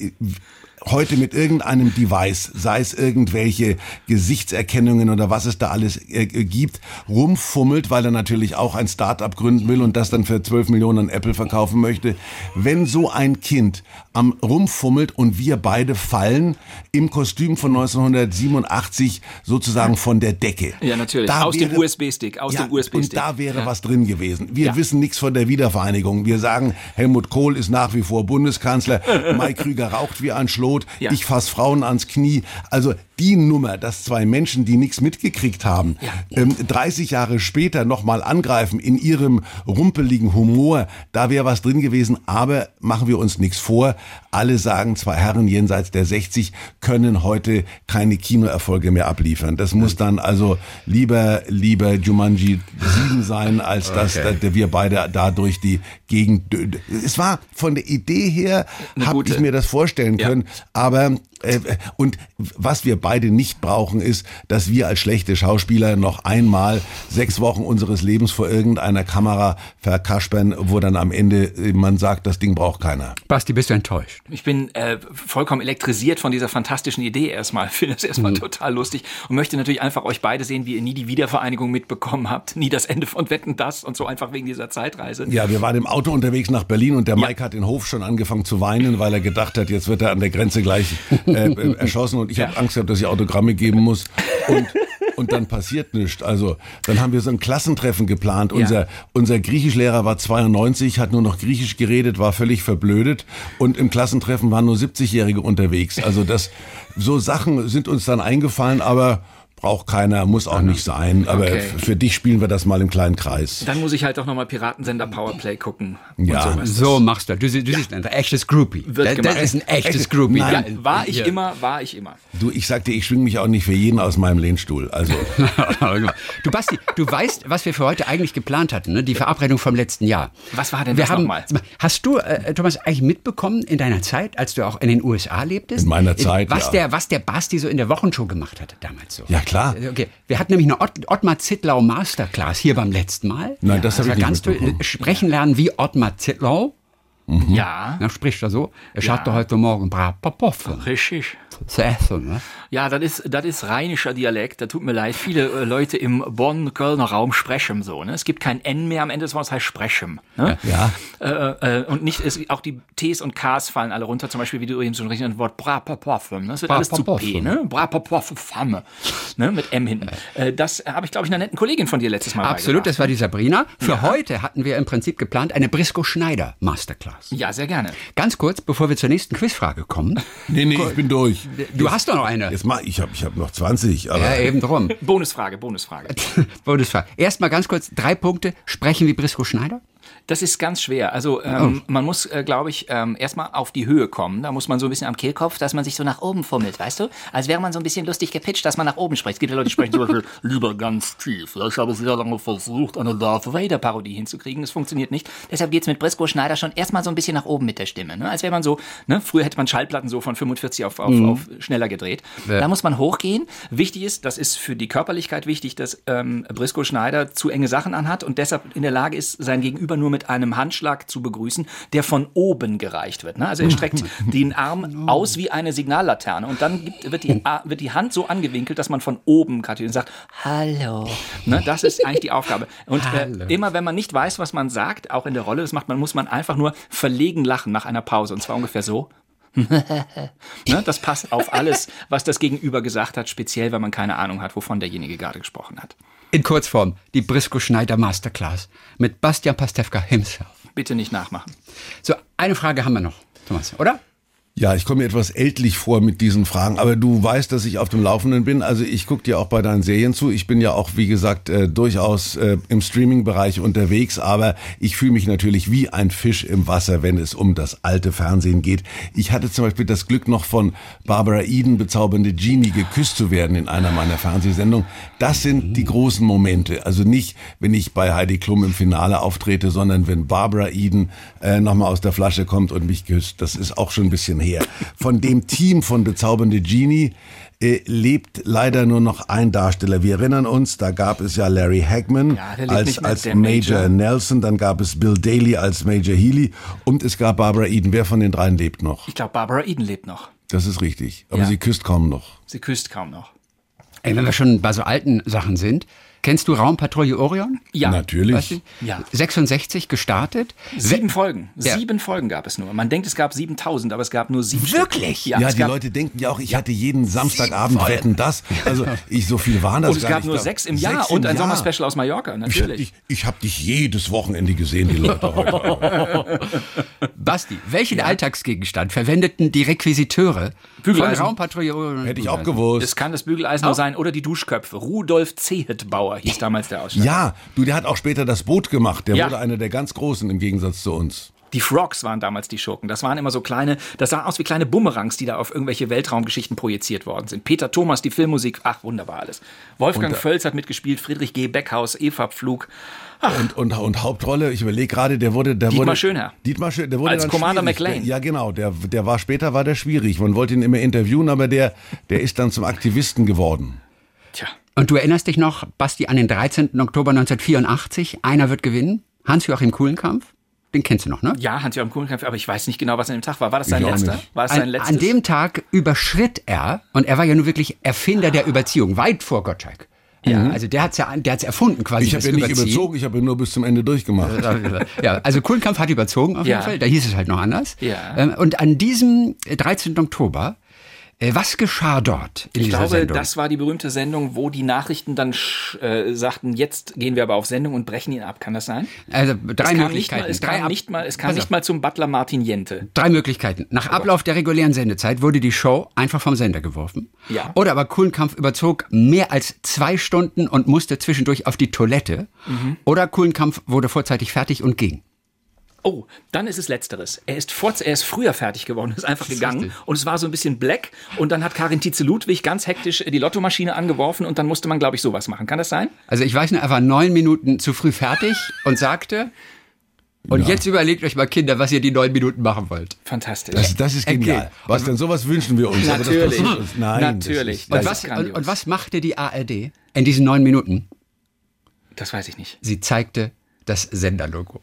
heute mit irgendeinem Device, sei es irgendwelche Gesichtserkennungen oder was es da alles äh, gibt, rumfummelt, weil er natürlich auch ein Start-up gründen will und das dann für zwölf Millionen an Apple verkaufen möchte. Wenn so ein Kind am rumfummelt und wir beide fallen im Kostüm von neunzehnhundertsiebenundachtzig sozusagen von der Decke. Ja, natürlich. Da aus wäre, dem U S B-Stick. Aus ja, dem U S B-Stick. Und da wäre ja. was drin gewesen. Wir ja. wissen nichts von der Wiedervereinigung. Wir sagen, Helmut Kohl ist nach wie vor Bundeskanzler, Mike Krüger raucht wie ein Schlot, ja. ich fass Frauen ans Knie. Also die Nummer, dass zwei Menschen, die nichts mitgekriegt haben, ja. ähm, dreißig Jahre später nochmal angreifen in ihrem rumpeligen Humor, da wäre was drin gewesen, aber machen wir uns nichts vor. Alle sagen, zwei Herren jenseits der sechzig können heute keine Kinoerfolge mehr abliefern. Das muss dann also lieber, lieber Jumanji sieben sein, als dass, okay. dass wir beide da durch die Gegend... Es war von der Idee her, habe ich mir das vorstellen können, ja. aber... Äh, und was wir beide nicht brauchen, ist, dass wir als schlechte Schauspieler noch einmal sechs Wochen unseres Lebens vor irgendeiner Kamera verkaspern, wo dann am Ende man sagt, das Ding braucht keiner. Basti, bist du enttäuscht? Ich bin äh, vollkommen elektrisiert von dieser fantastischen Idee erstmal. Finde das erstmal mhm. total lustig und möchte natürlich einfach euch beide sehen, wie ihr nie die Wiedervereinigung mitbekommen habt, nie das Ende von Wetten, dass und so einfach wegen dieser Zeitreise. Ja, wir waren im Auto unterwegs nach Berlin und der ja. Mike hat den Hof schon angefangen zu weinen, weil er gedacht hat, jetzt wird er an der Grenze gleich Äh, erschossen und ich ja. habe Angst gehabt, dass ich Autogramme geben muss und, und dann passiert nichts. Also dann haben wir so ein Klassentreffen geplant. Ja. Unser, unser Griechischlehrer war zweiundneunzig, hat nur noch Griechisch geredet, war völlig verblödet und im Klassentreffen waren nur siebzigjährige unterwegs. Also das, so Sachen sind uns dann eingefallen, aber braucht keiner, muss auch nicht sein. Aber okay. für dich spielen wir das mal im kleinen Kreis. Dann muss ich halt auch nochmal Piratensender Powerplay gucken. Ja, so machst du. Du, du ja. siehst ein echtes Groupie. Wird das, gemacht. das ist ein echtes Echt? Groupie. Ja, war ich ja. immer, war ich immer. Du, ich sag dir, ich schwing mich auch nicht für jeden aus meinem Lehnstuhl. Also. Du Basti, du weißt, was wir für heute eigentlich geplant hatten, ne? Die Verabredung vom letzten Jahr. Was war denn wir das haben, nochmal? Hast du, äh, Thomas, eigentlich mitbekommen in deiner Zeit, als du auch in den U S A lebtest? In meiner Zeit, was ja. Der, was der Basti so in der Wochenshow gemacht hatte damals so? Ja, klar. Okay. Wir hatten nämlich eine Ott- Ottmar Zittlau Masterclass hier beim letzten Mal. Nein, das habe ich nicht mitbekommen. Sprechen lernen wie Ottmar Zittlau. Mhm. Ja. Na, spricht er so. Er ja. sagte heute Morgen, bra, Popoffen. Richtig. Zu essen, ne? Ja, das ist, das ist rheinischer Dialekt. Da tut mir leid. Viele äh, Leute im Bonn-Kölner Raum sprechen so. Ne? Es gibt kein N mehr am Ende des Wortes, heißt sprechen. Ne? Ja. Äh, äh, und nicht, es, auch die T's und K's fallen alle runter. Zum Beispiel, wie du eben so ein richtiges Wort bra, Popoffen. Ne? Das wird bra, alles Popoffen. zu P, ne? Bra, Popoffen, Famme. Ne? Mit M hinten. Äh, das habe ich, glaube ich, einer netten Kollegin von dir letztes Mal Absolut, das war die Sabrina. Für ja. heute hatten wir im Prinzip geplant eine Briscoe-Schneider-Masterclass. Ja, sehr gerne. Ganz kurz, bevor wir zur nächsten Quizfrage kommen. Nee, nee, ich bin durch. Du jetzt, hast doch noch eine. Jetzt mal, ich habe ich hab noch zwanzig. Aber ja, eben drum. Bonusfrage, Bonusfrage. Bonusfrage. Erstmal ganz kurz, drei Punkte. Sprechen wie Briscoe Schneider? Das ist ganz schwer. Also ähm, oh. man muss, äh, glaube ich, ähm, erstmal auf die Höhe kommen. Da muss man so ein bisschen am Kehlkopf, dass man sich so nach oben fummelt, weißt du? Als wäre man so ein bisschen lustig gepitcht, dass man nach oben spricht. Es gibt ja Leute, die sprechen zum Beispiel lieber ganz tief. Ich habe sehr lange versucht, eine Darth Vader-Parodie hinzukriegen. Das funktioniert nicht. Deshalb geht's mit Briscoe Schneider schon erstmal so ein bisschen nach oben mit der Stimme. Ne? Als wäre man so, ne? Früher hätte man Schallplatten so von fünfundvierzig auf, auf, mhm. auf schneller gedreht. Ja. Da muss man hochgehen. Wichtig ist, das ist für die Körperlichkeit wichtig, dass ähm, Briscoe Schneider zu enge Sachen anhat und deshalb in der Lage ist, sein Gegenüber nur mit einem Handschlag zu begrüßen, der von oben gereicht wird. Ne? Also er streckt den Arm aus wie eine Signallaterne und dann gibt, wird, die, wird die Hand so angewinkelt, dass man von oben gratuliert und sagt, hallo. Ne? Das ist eigentlich die Aufgabe. Und äh, immer wenn man nicht weiß, was man sagt, auch in der Rolle, das macht man, muss man einfach nur verlegen lachen nach einer Pause und zwar ungefähr so. Ne? Das passt auf alles, was das Gegenüber gesagt hat, speziell, wenn man keine Ahnung hat, wovon derjenige gerade gesprochen hat. In Kurzform, die Briscoe Schneider Masterclass mit Bastian Pastewka himself. Bitte nicht nachmachen. So, eine Frage haben wir noch, Thomas, oder? Ja, ich komme mir etwas ältlich vor mit diesen Fragen, aber du weißt, dass ich auf dem Laufenden bin. Also ich gucke dir auch bei deinen Serien zu. Ich bin ja auch, wie gesagt, äh, durchaus äh, im Streaming-Bereich unterwegs, aber ich fühle mich natürlich wie ein Fisch im Wasser, wenn es um das alte Fernsehen geht. Ich hatte zum Beispiel das Glück, noch von Barbara Eden, bezaubernde Genie, geküsst zu werden in einer meiner Fernsehsendungen. Das sind die großen Momente. Also nicht, wenn ich bei Heidi Klum im Finale auftrete, sondern wenn Barbara Eden äh, nochmal aus der Flasche kommt und mich küsst. Das ist auch schon ein bisschen her. Von dem Team von Bezaubernde Genie äh, lebt leider nur noch ein Darsteller. Wir erinnern uns, da gab es ja Larry Hagman ja, als, als Major, Major Nelson, dann gab es Bill Daly als Major Healy und es gab Barbara Eden. Wer von den dreien lebt noch? Ich glaube, Barbara Eden lebt noch. Das ist richtig, aber ja. sie küsst kaum noch. Sie küsst kaum noch. Ey, wenn wir schon bei so alten Sachen sind, Kennst du Raumpatrouille Orion? Ja. Natürlich. Weißt du? Ja. sechsundsechzig gestartet. Sieben Folgen. Ja. Sieben Folgen gab es nur. Man denkt, es gab siebentausend, aber es gab nur sieben. Wirklich? Stück. Ja, Ja, es die gab, Leute denken ja auch, ich hatte jeden Samstagabend Wetten das. Also ich so viel waren das und es gar gab nicht. nur Da- sechs im Jahr sechs im und ein Jahr. Sommerspecial aus Mallorca, Ich hab, natürlich. dich, ich hab dich jedes Wochenende gesehen, die Leute heute. Basti, welchen Alltagsgegenstand verwendeten die Requisiteure von Bügeleisen. Raumpatrouille Orion? Hätte ich auch gewusst. Es kann das Bügeleisen nur sein oder die Duschköpfe. Rudolf Zehetbauer hieß damals der Ausstatter. Ja, du, der hat auch später das Boot gemacht. Der Ja. wurde einer der ganz Großen im Gegensatz zu uns. Die Frogs waren damals die Schurken. Das waren immer so kleine, das sahen aus wie kleine Bumerangs, die da auf irgendwelche Weltraumgeschichten projiziert worden sind. Peter Thomas, die Filmmusik, ach, wunderbar alles. Wolfgang Und, äh, Völz hat mitgespielt, Friedrich G. Beckhaus, Eva Pflug. Und, und, und Hauptrolle, ich überlege gerade, der wurde... Der Dietmar wurde, Schönherr. Dietmar Schönherr, der wurde Als dann Commander schwierig. McLean. Der, ja, genau, der, der war später, war der schwierig. Man wollte ihn immer interviewen, aber der, der ist dann zum Aktivisten geworden. Tja. Und du erinnerst dich noch, Basti, an den dreizehnten Oktober neunzehnhundertvierundachtzig? Einer wird gewinnen. Hans-Joachim Kulenkampf. Den kennst du noch, ne? Ja, Hans-Joachim Kulenkampf, aber ich weiß nicht genau, was an dem Tag war. War das sein Ich auch erster? nicht. War es sein An, letztes? an dem Tag überschritt er, und er war ja nun wirklich Erfinder der Überziehung, weit vor Gottschalk. Ja, also der hat's ja, der hat's erfunden quasi. Ich habe das ja nicht Überziehen. überzogen, ich habe ihn nur bis zum Ende durchgemacht. Ja, also Kulenkampf hat überzogen auf jeden Ja. Fall, da hieß es halt noch anders. Ja. Ähm, Und an diesem dreizehnten Oktober, äh, was geschah dort in Ich dieser glaube, Sendung? das war die berühmte Sendung, wo die Nachrichten dann äh, sagten, jetzt gehen wir aber auf Sendung und brechen ihn ab. Kann das sein? Also Es drei kam nicht Möglichkeiten. mal, es drei kam Ab- nicht mal, es kam Pass nicht auf. mal zum Butler Martin Jente. Drei Möglichkeiten. Nach Ablauf der regulären Sendezeit wurde die Show einfach vom Sender geworfen. Ja. Oder aber Kulenkampf überzog mehr als zwei Stunden und musste zwischendurch auf die Toilette. Mhm. Oder Kulenkampf wurde vorzeitig fertig und ging. Oh, dann ist es Letzteres. Er ist, vor, er ist früher fertig geworden, ist einfach gegangen richtig. und es war so ein bisschen black und dann hat Karin Tietze-Ludwig ganz hektisch die Lottomaschine angeworfen und dann musste man, glaube ich, sowas machen. Kann das sein? Also ich weiß nur, er war neun Minuten zu früh fertig und sagte, und Ja. jetzt überlegt euch mal, Kinder, was ihr die neun Minuten machen wollt. Fantastisch. Das, das ist genial. Okay. Was denn, sowas wünschen wir uns. aber das Natürlich. passiert uns. Nein, Natürlich. Das Und Das was, ist und, grandios. und was machte die A R D in diesen neun Minuten? Das weiß ich nicht. Sie zeigte das Senderlogo.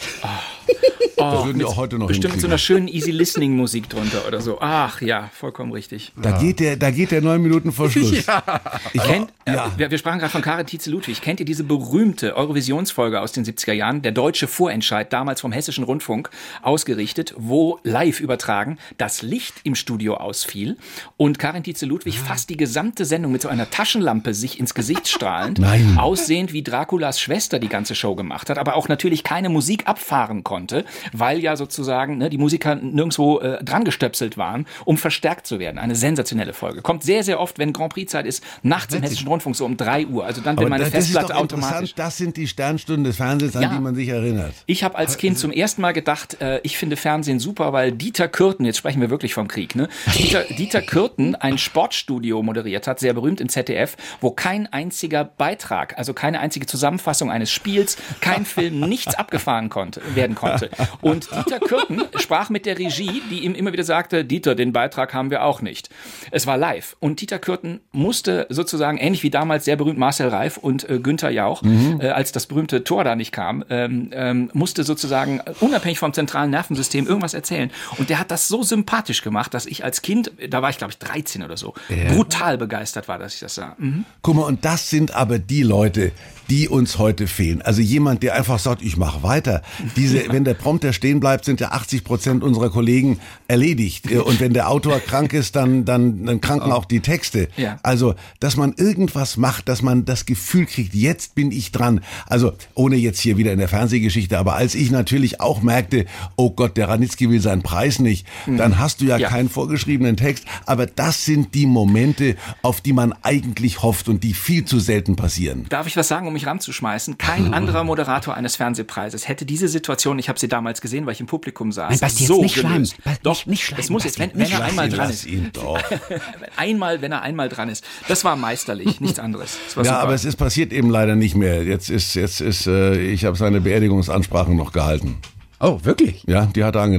das, das würden wir auch heute noch Bestimmt mit so einer hinkriegen. schönen Easy-Listening-Musik drunter oder so. Ach ja, vollkommen richtig. Da geht der, da geht der neun Minuten vor Schluss. Ich Kennt, ja. äh, wir, wir sprachen gerade von Karin Tietze-Ludwig. Kennt ihr diese berühmte Eurovisionsfolge aus den siebziger Jahren? Der deutsche Vorentscheid, damals vom Hessischen Rundfunk ausgerichtet, wo live übertragen das Licht im Studio ausfiel und Karin Tietze-Ludwig fast die gesamte Sendung mit so einer Taschenlampe sich ins Gesicht strahlend, Nein. aussehend wie Draculas Schwester die ganze Show gemacht hat, aber auch natürlich keine Musik abfahren konnte, weil ja sozusagen ne, die Musiker nirgendwo äh, dran gestöpselt waren, um verstärkt zu werden. Eine sensationelle Folge. Kommt sehr, sehr oft, wenn Grand Prix-Zeit ist, nachts im Hessischen Rundfunk so um drei Uhr. Also dann, wenn Aber meine das, das ist Festplatte doch automatisch... interessant. Das sind die Sternstunden des Fernsehens, an Ja. die man sich erinnert. Ich habe als Kind zum ersten Mal gedacht, äh, ich finde Fernsehen super, weil Dieter Kürten, jetzt sprechen wir wirklich vom Krieg, ne? Dieter, Dieter Kürten ein Sportstudio moderiert hat, sehr berühmt im Z D F, wo kein einziger Beitrag, also keine einzige Zusammenfassung eines Spiels, kein Film, nichts abgefahren konnte, werden konnte. Und Dieter Kürten sprach mit der Regie, die ihm immer wieder sagte, Dieter, den Beitrag haben wir auch nicht. Es war live. Und Dieter Kürten musste sozusagen, ähnlich wie damals sehr berühmt Marcel Reif und äh, Günther Jauch, mhm. äh, als das berühmte Tor da nicht kam, ähm, ähm, musste sozusagen äh, unabhängig vom zentralen Nervensystem irgendwas erzählen. Und der hat das so sympathisch gemacht, dass ich als Kind, da war ich glaube ich dreizehn oder so, ja. brutal begeistert war, dass ich das sah. Mhm. Guck mal, und das sind aber die Leute, die uns heute fehlen. Also jemand, der einfach sagt, ich mache weiter. Diese, wenn der Prompter stehen bleibt, sind ja achtzig Prozent unserer Kollegen erledigt. Und wenn der Autor krank ist, dann, dann, dann kranken auch die Texte. Ja. Also, dass man irgendwas macht, dass man das Gefühl kriegt, jetzt bin ich dran. Also, ohne jetzt hier wieder in der Fernsehgeschichte, aber als ich natürlich auch merkte, oh Gott, der Ranitzky will seinen Preis nicht, dann hast du ja, ja keinen vorgeschriebenen Text. Aber das sind die Momente, auf die man eigentlich hofft und die viel zu selten passieren. Darf ich was sagen, um mich ranzuschmeißen? Kein anderer Moderator eines Fernsehpreises hätte diese Situation, ich habe sie damals gesehen, weil ich im Publikum saß, Nein, Basti, so jetzt nicht gelöst. schleimen. Doch, nicht, nicht schleimen, es muss Basti, jetzt, wenn, wenn er einmal ihn, dran lass ist. Ihn doch. einmal, wenn er einmal dran ist. Das war meisterlich, nichts anderes. Das war Ja, super. aber es ist passiert eben leider nicht mehr. Jetzt ist, jetzt ist, äh, ich habe seine Beerdigungsansprache noch gehalten. Oh, wirklich? Ja, die hat er angenommen.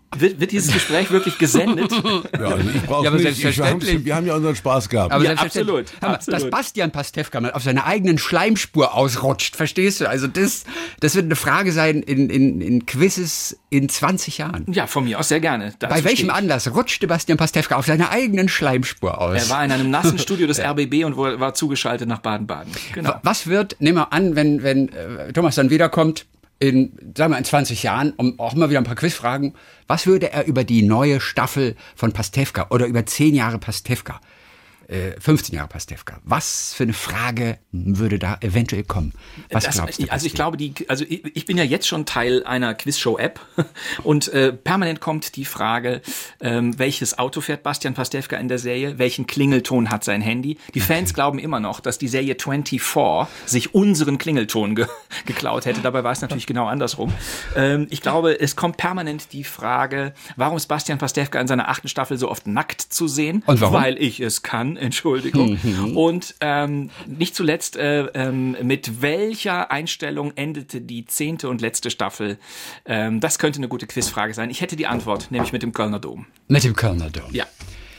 Wird, wird dieses Gespräch wirklich gesendet? Ja, also ich brauche Ja, aber nicht. Ich, wir, haben, selbstverständlich. wir haben ja unseren Spaß gehabt. Aber Ja, selbstverständlich. absolut, Hör mal, absolut. dass Bastian Pastewka mal auf seiner eigenen Schleimspur ausrutscht, verstehst du? Also das, das wird eine Frage sein in, in, in Quizzes in zwanzig Jahren. Ja, von mir aus sehr gerne. Dazu Bei welchem stehe ich. Anlass rutschte Bastian Pastewka auf seiner eigenen Schleimspur aus? Er war in einem nassen Studio des R B B und war zugeschaltet nach Baden-Baden. Genau. Was wird, nehmen wir an, wenn, wenn äh, Thomas dann wiederkommt, in, sagen wir, in zwanzig Jahren, um auch mal wieder ein paar Quizfragen, was würde er über die neue Staffel von Pastewka oder über zehn Jahre Pastewka, äh, fünfzehn Jahre Pastewka, was für eine Frage würde da eventuell kommen? Was Das, glaubst du? also ich Basti? glaube, die, also ich, ich bin ja jetzt schon Teil einer Quizshow-App und äh, permanent kommt die Frage, ähm, welches Auto fährt Bastian Pastewka in der Serie, welchen Klingelton hat sein Handy. Die Fans glauben immer noch, dass die Serie vierundzwanzig sich unseren Klingelton ge geklaut hätte. Dabei war es natürlich genau andersrum. Ähm, ich glaube, es kommt permanent die Frage, warum ist Bastian Pastewka in seiner achten Staffel so oft nackt zu sehen? Und warum? Weil ich es kann, Entschuldigung. Und ähm, nicht zuletzt, äh, ähm, mit welcher Einstellung endete die zehnte und letzte Staffel? Ähm, das könnte eine gute Quizfrage sein. Ich hätte die Antwort, nämlich mit dem Kölner Dom. Mit dem Kölner Dom. Ja.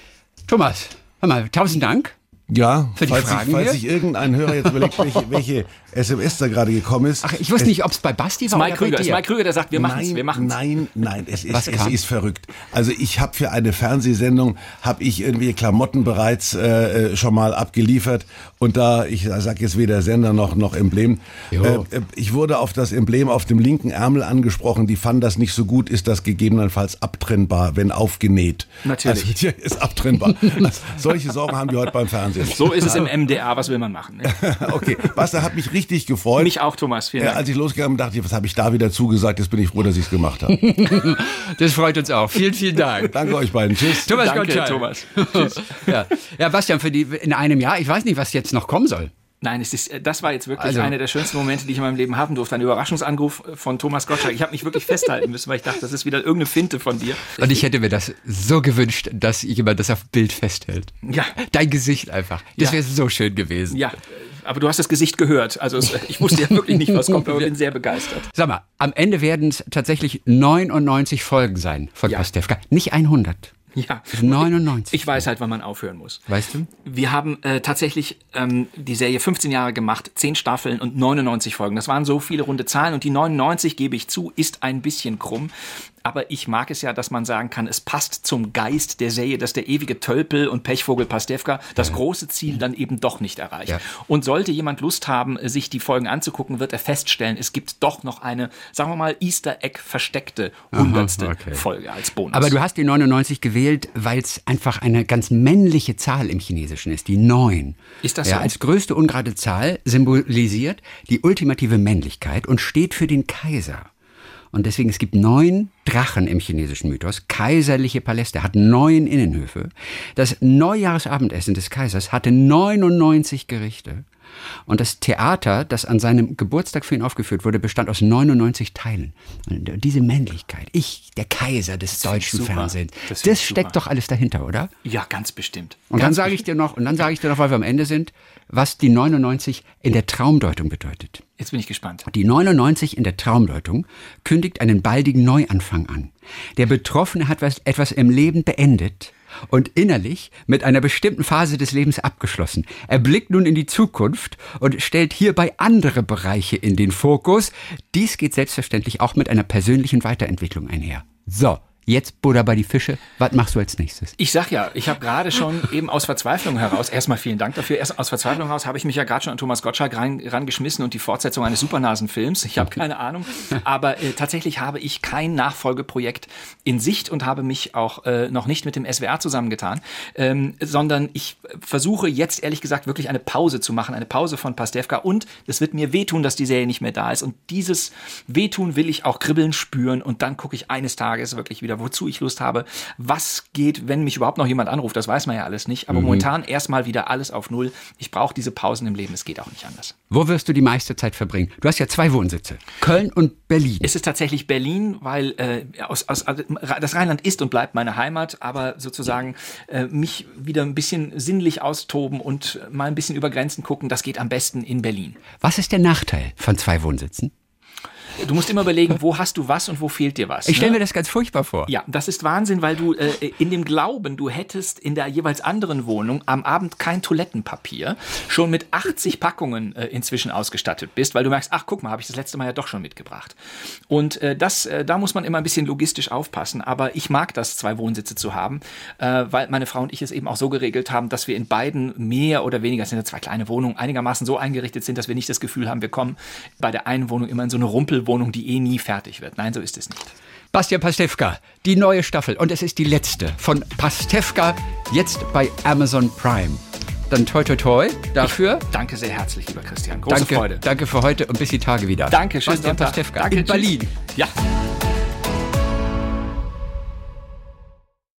Thomas, hör mal, tausend Dank. Ja, Für die falls, Fragen ich, falls hier? sich irgendein Hörer jetzt überlegt, welche, welche S M S da gerade gekommen ist. Ach, ich wusste nicht, ob es bei Basti war Mike oder bei Krüger, dir. ist Mike Krüger, der sagt, wir machen's, Nein, wir machen's. nein, nein, es ist, Was es kam? ist verrückt. Also ich habe für eine Fernsehsendung, habe ich irgendwie Klamotten bereits äh, schon mal abgeliefert und da, ich sage jetzt weder Sender noch, noch Emblem, Jo. äh, ich wurde auf das Emblem auf dem linken Ärmel angesprochen, die fanden das nicht so gut, ist das gegebenenfalls abtrennbar, wenn aufgenäht. Natürlich. Also, ja, ist abtrennbar. Also, solche Sorgen haben wir heute beim Fernsehen. So ist es im M D A, was will man machen? Ne? Okay, Basta hat mich richtig gefreut. Mich auch, Thomas, vielen Ja, Dank. als ich losgegangen bin, dachte ich, was habe ich da wieder zugesagt? Jetzt bin ich froh, dass ich es gemacht habe. Das freut uns auch. Vielen, vielen Dank. Danke euch beiden. Tschüss. Thomas Danke, Gottschalk. Thomas. ja. ja, Bastian, für die in einem Jahr, ich weiß nicht, was jetzt noch kommen soll. Nein, es ist, das war jetzt wirklich Also- einer der schönsten Momente, die ich in meinem Leben haben durfte. Ein Überraschungsanruf von Thomas Gottschalk. Ich habe mich wirklich festhalten müssen, weil ich dachte, das ist wieder irgendeine Finte von dir. Und ich hätte mir das so gewünscht, dass jemand das auf Bild festhält. Ja. Dein Gesicht einfach. Das Ja. wäre so schön gewesen. Ja, aber du hast das Gesicht gehört. Also es, ich wusste ja wirklich nicht, was kommt, aber bin sehr begeistert. Sag mal, am Ende werden es tatsächlich neunundneunzig Folgen sein von Ja. Pastewka. Nicht hundert. Ja. neunundneunzig. Ich weiß halt, wann man aufhören muss. Weißt du? Wir haben äh, tatsächlich ähm, die Serie fünfzehn Jahre gemacht, zehn Staffeln und neunundneunzig Folgen. Das waren so viele runde Zahlen und die neunundneunzig, gebe ich zu, ist ein bisschen krumm. Aber ich mag es ja, dass man sagen kann, es passt zum Geist der Serie, dass der ewige Tölpel und Pechvogel Pastewka das große Ziel dann eben doch nicht erreicht. Ja. Und sollte jemand Lust haben, sich die Folgen anzugucken, wird er feststellen, es gibt doch noch eine, sagen wir mal, Easter Egg versteckte hundertste okay. Folge als Bonus. Aber du hast die neunundneunzig gewählt, weil es einfach eine ganz männliche Zahl im Chinesischen ist, die neun. Ist das ja, so? als größte ungerade Zahl symbolisiert die ultimative Männlichkeit und steht für den Kaiser. Und deswegen, es gibt neun Drachen im chinesischen Mythos, kaiserliche Paläste, hat neun Innenhöfe. Das Neujahresabendessen des Kaisers hatte neunundneunzig Gerichte. Und das Theater, das an seinem Geburtstag für ihn aufgeführt wurde, bestand aus neunundneunzig Teilen. Und diese Männlichkeit, ich, der Kaiser des deutschen super. Fernsehens, Das das, find ich steckt super. doch alles dahinter, oder? ja, ganz bestimmt. Und ganz dann sage ich dir noch, und dann sage ich dir noch, weil wir am Ende sind, was die neunundneunzig in der Traumdeutung bedeutet. Jetzt bin ich gespannt. Die neunundneunzig in der Traumdeutung kündigt einen baldigen Neuanfang an. Der Betroffene hat was, etwas im Leben beendet und innerlich mit einer bestimmten Phase des Lebens abgeschlossen. Er blickt nun in die Zukunft und stellt hierbei andere Bereiche in den Fokus. Dies geht selbstverständlich auch mit einer persönlichen Weiterentwicklung einher. So, jetzt Buddha bei die Fische. Was machst du als nächstes? Ich sag ja, ich habe gerade schon eben aus Verzweiflung heraus, erstmal vielen Dank dafür, erst aus Verzweiflung heraus habe ich mich ja gerade schon an Thomas Gottschalk rein, rangeschmissen und die Fortsetzung eines Supernasenfilms. Ich habe keine Ahnung, aber äh, tatsächlich habe ich kein Nachfolgeprojekt in Sicht und habe mich auch äh, noch nicht mit dem S W R zusammengetan, ähm, sondern ich versuche jetzt ehrlich gesagt wirklich eine Pause zu machen, eine Pause von Pastewka und es wird mir wehtun, dass die Serie nicht mehr da ist und dieses Wehtun will ich auch kribbeln spüren und dann gucke ich eines Tages wirklich wieder, wozu ich Lust habe. Was geht, wenn mich überhaupt noch jemand anruft? Das weiß man ja alles nicht. Aber mhm. momentan erstmal wieder alles auf Null. Ich brauche diese Pausen im Leben. Es geht auch nicht anders. Wo wirst du die meiste Zeit verbringen? Du hast ja zwei Wohnsitze. Köln und Berlin. Es ist tatsächlich Berlin, weil äh, aus, aus, also das Rheinland ist und bleibt meine Heimat, aber sozusagen äh, mich wieder ein bisschen sinnlich austoben und mal ein bisschen über Grenzen gucken, das geht am besten in Berlin. Was ist der Nachteil von zwei Wohnsitzen? du musst immer überlegen, wo hast du was und wo fehlt dir was. Ich stelle ne? mir das ganz furchtbar vor. Ja, das ist Wahnsinn, weil du äh, in dem Glauben, du hättest in der jeweils anderen Wohnung am Abend kein Toilettenpapier, schon mit achtzig Packungen äh, inzwischen ausgestattet bist, weil du merkst, ach guck mal, habe ich das letzte Mal ja doch schon mitgebracht. Und äh, das, äh, da muss man immer ein bisschen logistisch aufpassen, aber ich mag das, zwei Wohnsitze zu haben, äh, weil meine Frau und ich es eben auch so geregelt haben, dass wir in beiden mehr oder weniger, es sind ja zwei kleine Wohnungen, einigermaßen so eingerichtet sind, dass wir nicht das Gefühl haben, wir kommen bei der einen Wohnung immer in so eine Rumpelwohnung, die eh nie fertig wird. Nein, so ist es nicht. Bastian Pastewka, die neue Staffel und es ist die letzte von Pastewka, jetzt bei Amazon Prime. Dann toi toi toi dafür. Ich danke sehr herzlich, lieber Christian. Große danke, Freude. Danke für heute und bis die Tage wieder. Danke, schönen Bastian Sonntag. Pastewka Danke, in tschüss. Berlin. Ja.